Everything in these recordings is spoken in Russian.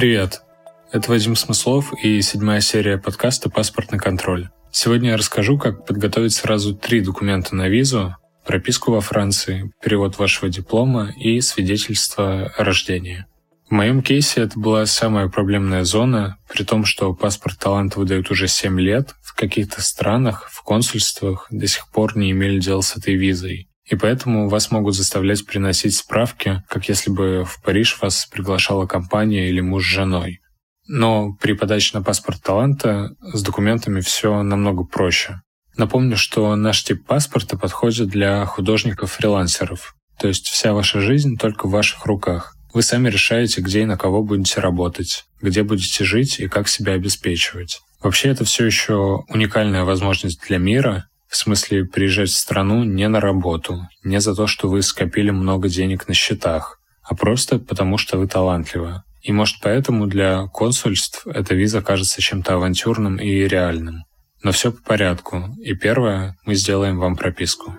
Привет! Это Вадим Смыслов и 7-я серия подкаста «Паспортный контроль». Сегодня я расскажу, как подготовить сразу 3 документа на визу: прописку во Франции, перевод вашего диплома и свидетельство о рождении. В моем кейсе это была самая проблемная зона, при том, что паспорт таланта выдают уже 7 лет, в каких-то странах, в консульствах до сих пор не имели дела с этой визой. И поэтому вас могут заставлять приносить справки, как если бы в Париж вас приглашала компания или муж с женой. Но при подаче на паспорт таланта с документами все намного проще. Напомню, что наш тип паспорта подходит для художников-фрилансеров. То есть вся ваша жизнь только в ваших руках. Вы сами решаете, где и на кого будете работать, где будете жить и как себя обеспечивать. Вообще это все еще уникальная возможность для мира. В смысле, приезжать в страну не на работу, не за то, что вы скопили много денег на счетах, а просто потому, что вы талантливы. И может поэтому для консульств эта виза кажется чем-то авантюрным и реальным. Но все по порядку. И первое, мы сделаем вам прописку.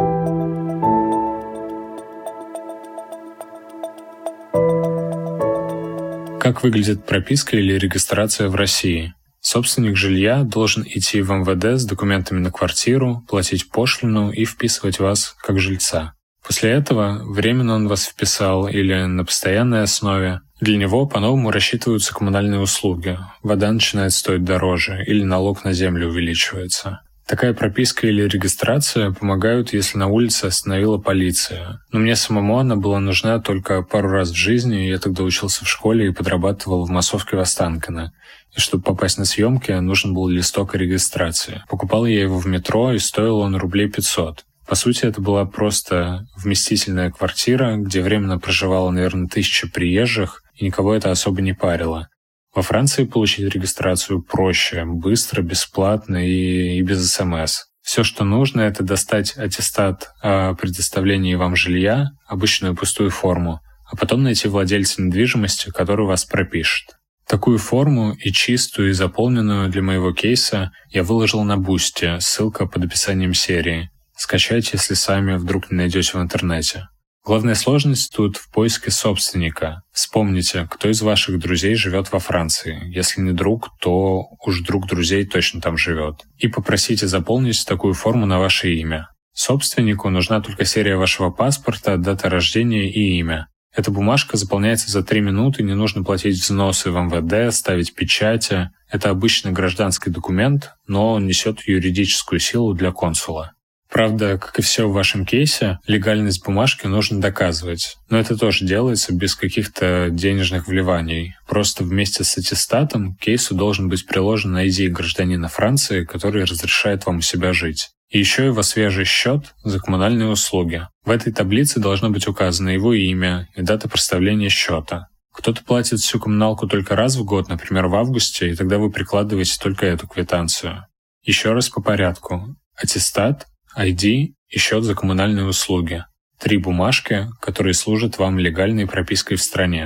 Как выглядит прописка или регистрация в России? Собственник жилья должен идти в МВД с документами на квартиру, платить пошлину и вписывать вас как жильца. После этого временно он вас вписал или на постоянной основе. Для него по-новому рассчитываются коммунальные услуги. Вода начинает стоить дороже или налог на землю увеличивается. Такая прописка или регистрация помогают, если на улице остановила полиция. Но мне самому она была нужна только пару раз в жизни, я тогда учился в школе и подрабатывал в массовке в Останкино. И чтобы попасть на съемки, нужен был листок о регистрации. Покупал я его в метро, и стоил он рублей 500. По сути, это была просто вместительная квартира, где временно проживало, наверное, 1000 приезжих, и никого это особо не парило. Во Франции получить регистрацию проще, быстро, бесплатно и без СМС. Все, что нужно, это достать аттестат о предоставлении вам жилья, обычную пустую форму, а потом найти владельца недвижимости, который вас пропишет. Такую форму, и чистую, и заполненную для моего кейса, я выложил на Boosty, ссылка под описанием серии. Скачайте, если сами вдруг не найдете в интернете. Главная сложность тут в поиске собственника. Вспомните, кто из ваших друзей живет во Франции. Если не друг, то уж друг друзей точно там живет. И попросите заполнить такую форму на ваше имя. Собственнику нужна только серия вашего паспорта, дата рождения и имя. Эта бумажка заполняется за 3 минуты, не нужно платить взносы в МВД, ставить печати. Это обычный гражданский документ, но он несет юридическую силу для консула. Правда, как и все в вашем кейсе, легальность бумажки нужно доказывать. Но это тоже делается без каких-то денежных вливаний. Просто вместе с аттестатом к кейсу должен быть приложен ID гражданина Франции, который разрешает вам у себя жить. И еще его свежий счет за коммунальные услуги. В этой таблице должно быть указано его имя и дата проставления счета. Кто-то платит всю коммуналку только раз в год, например, в августе, и тогда вы прикладываете только эту квитанцию. Еще раз по порядку. Аттестат, ID и счет за коммунальные услуги. 3 бумажки, которые служат вам легальной пропиской в стране.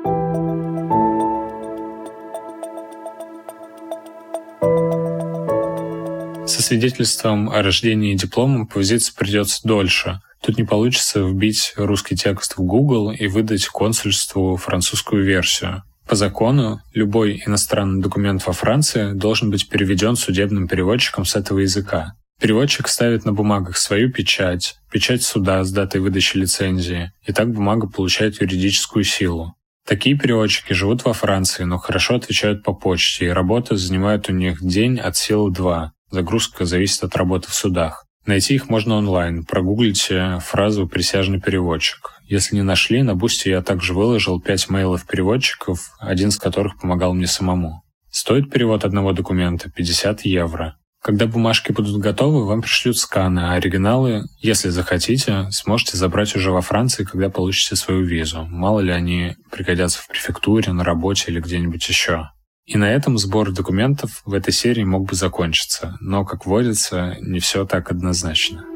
Со свидетельством о рождении и дипломом повозиться придется дольше. Тут не получится вбить русский текст в Google и выдать консульству французскую версию. По закону, любой иностранный документ во Франции должен быть переведен судебным переводчиком с этого языка. Переводчик ставит на бумагах свою печать, печать суда с датой выдачи лицензии, и так бумага получает юридическую силу. Такие переводчики живут во Франции, но хорошо отвечают по почте, и работа занимает у них день от силы 2. Загрузка зависит от работы в судах. Найти их можно онлайн, прогуглите фразу «присяжный переводчик». Если не нашли, на Boosty я также выложил 5 мейлов переводчиков, один из которых помогал мне самому. Стоит перевод одного документа 50 евро. Когда бумажки будут готовы, вам пришлют сканы, а оригиналы, если захотите, сможете забрать уже во Франции, когда получите свою визу. Мало ли они пригодятся в префектуре, на работе или где-нибудь еще. И на этом сбор документов в этой серии мог бы закончиться, но, как водится, не все так однозначно.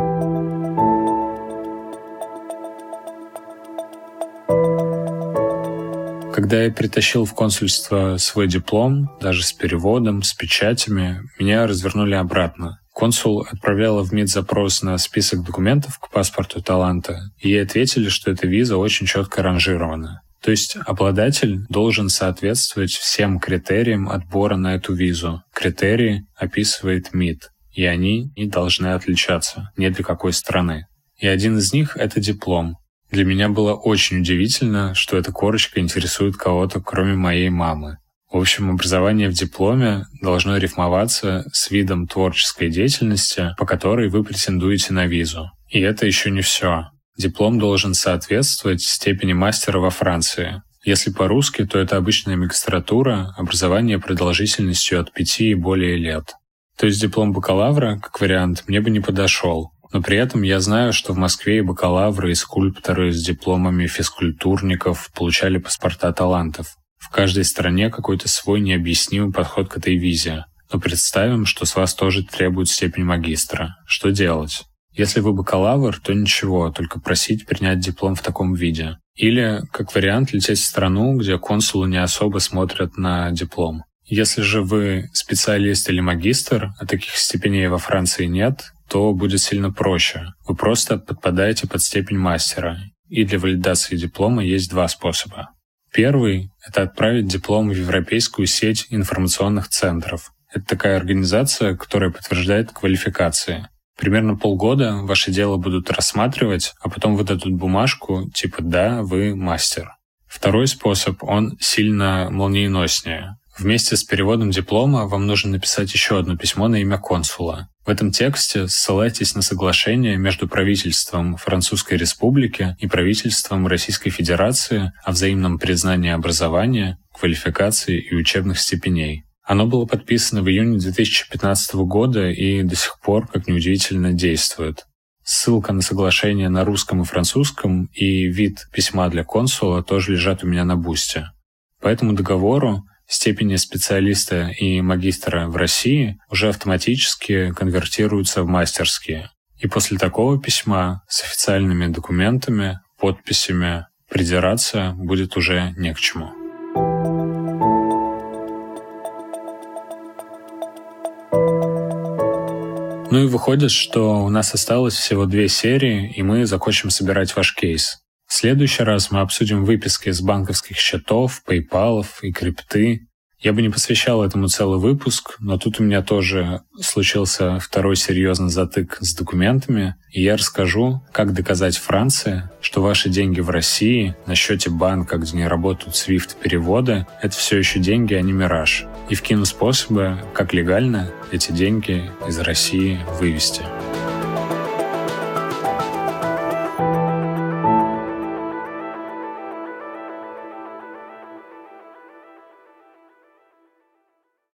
Когда я притащил в консульство свой диплом, даже с переводом, с печатями, меня развернули обратно. Консул отправляла в МИД запрос на список документов к паспорту таланта, и ей ответили, что эта виза очень четко ранжирована. То есть обладатель должен соответствовать всем критериям отбора на эту визу. Критерии описывает МИД, и они не должны отличаться ни для какой страны. И один из них — это диплом. Для меня было очень удивительно, что эта корочка интересует кого-то, кроме моей мамы. В общем, образование в дипломе должно рифмоваться с видом творческой деятельности, по которой вы претендуете на визу. И это еще не все. Диплом должен соответствовать степени мастера во Франции. Если по-русски, то это обычная магистратура, образование продолжительностью от 5 и более лет. То есть диплом бакалавра, как вариант, мне бы не подошел. Но при этом я знаю, что в Москве и бакалавры, и скульпторы с дипломами физкультурников получали паспорта талантов. В каждой стране какой-то свой необъяснимый подход к этой визе. Но представим, что с вас тоже требует степень магистра. Что делать? Если вы бакалавр, то ничего, только просить принять диплом в таком виде. Или, как вариант, лететь в страну, где консулы не особо смотрят на диплом. Если же вы специалист или магистр, а таких степеней во Франции нет, то будет сильно проще. Вы просто подпадаете под степень мастера. И для валидации диплома есть два способа. Первый — это отправить диплом в Европейскую сеть информационных центров. Это такая организация, которая подтверждает квалификации. Примерно полгода ваше дело будут рассматривать, а потом выдадут бумажку типа «да, вы мастер». Второй способ, он сильно молниеноснее. Вместе с переводом диплома вам нужно написать еще одно письмо на имя консула. В этом тексте ссылайтесь на соглашение между правительством Французской Республики и правительством Российской Федерации о взаимном признании образования, квалификации и учебных степеней. Оно было подписано в июне 2015 года и до сих пор, как ни удивительно, действует. Ссылка на соглашение на русском и французском и вид письма для консула тоже лежат у меня на Бусти. По этому договору степени специалиста и магистра в России уже автоматически конвертируются в мастерские. И после такого письма с официальными документами, подписями придираться будет уже не к чему. Ну и выходит, что у нас осталось всего 2 серии, и мы закончим собирать ваш кейс. В следующий раз мы обсудим выписки с банковских счетов, PayPal и крипты. Я бы не посвящал этому целый выпуск, но тут у меня тоже случился второй серьезный затык с документами, и я расскажу, как доказать Франции, что ваши деньги в России на счете банка, где не работают SWIFT-переводы, это все еще деньги, а не мираж. И вкину способы, как легально эти деньги из России вывести.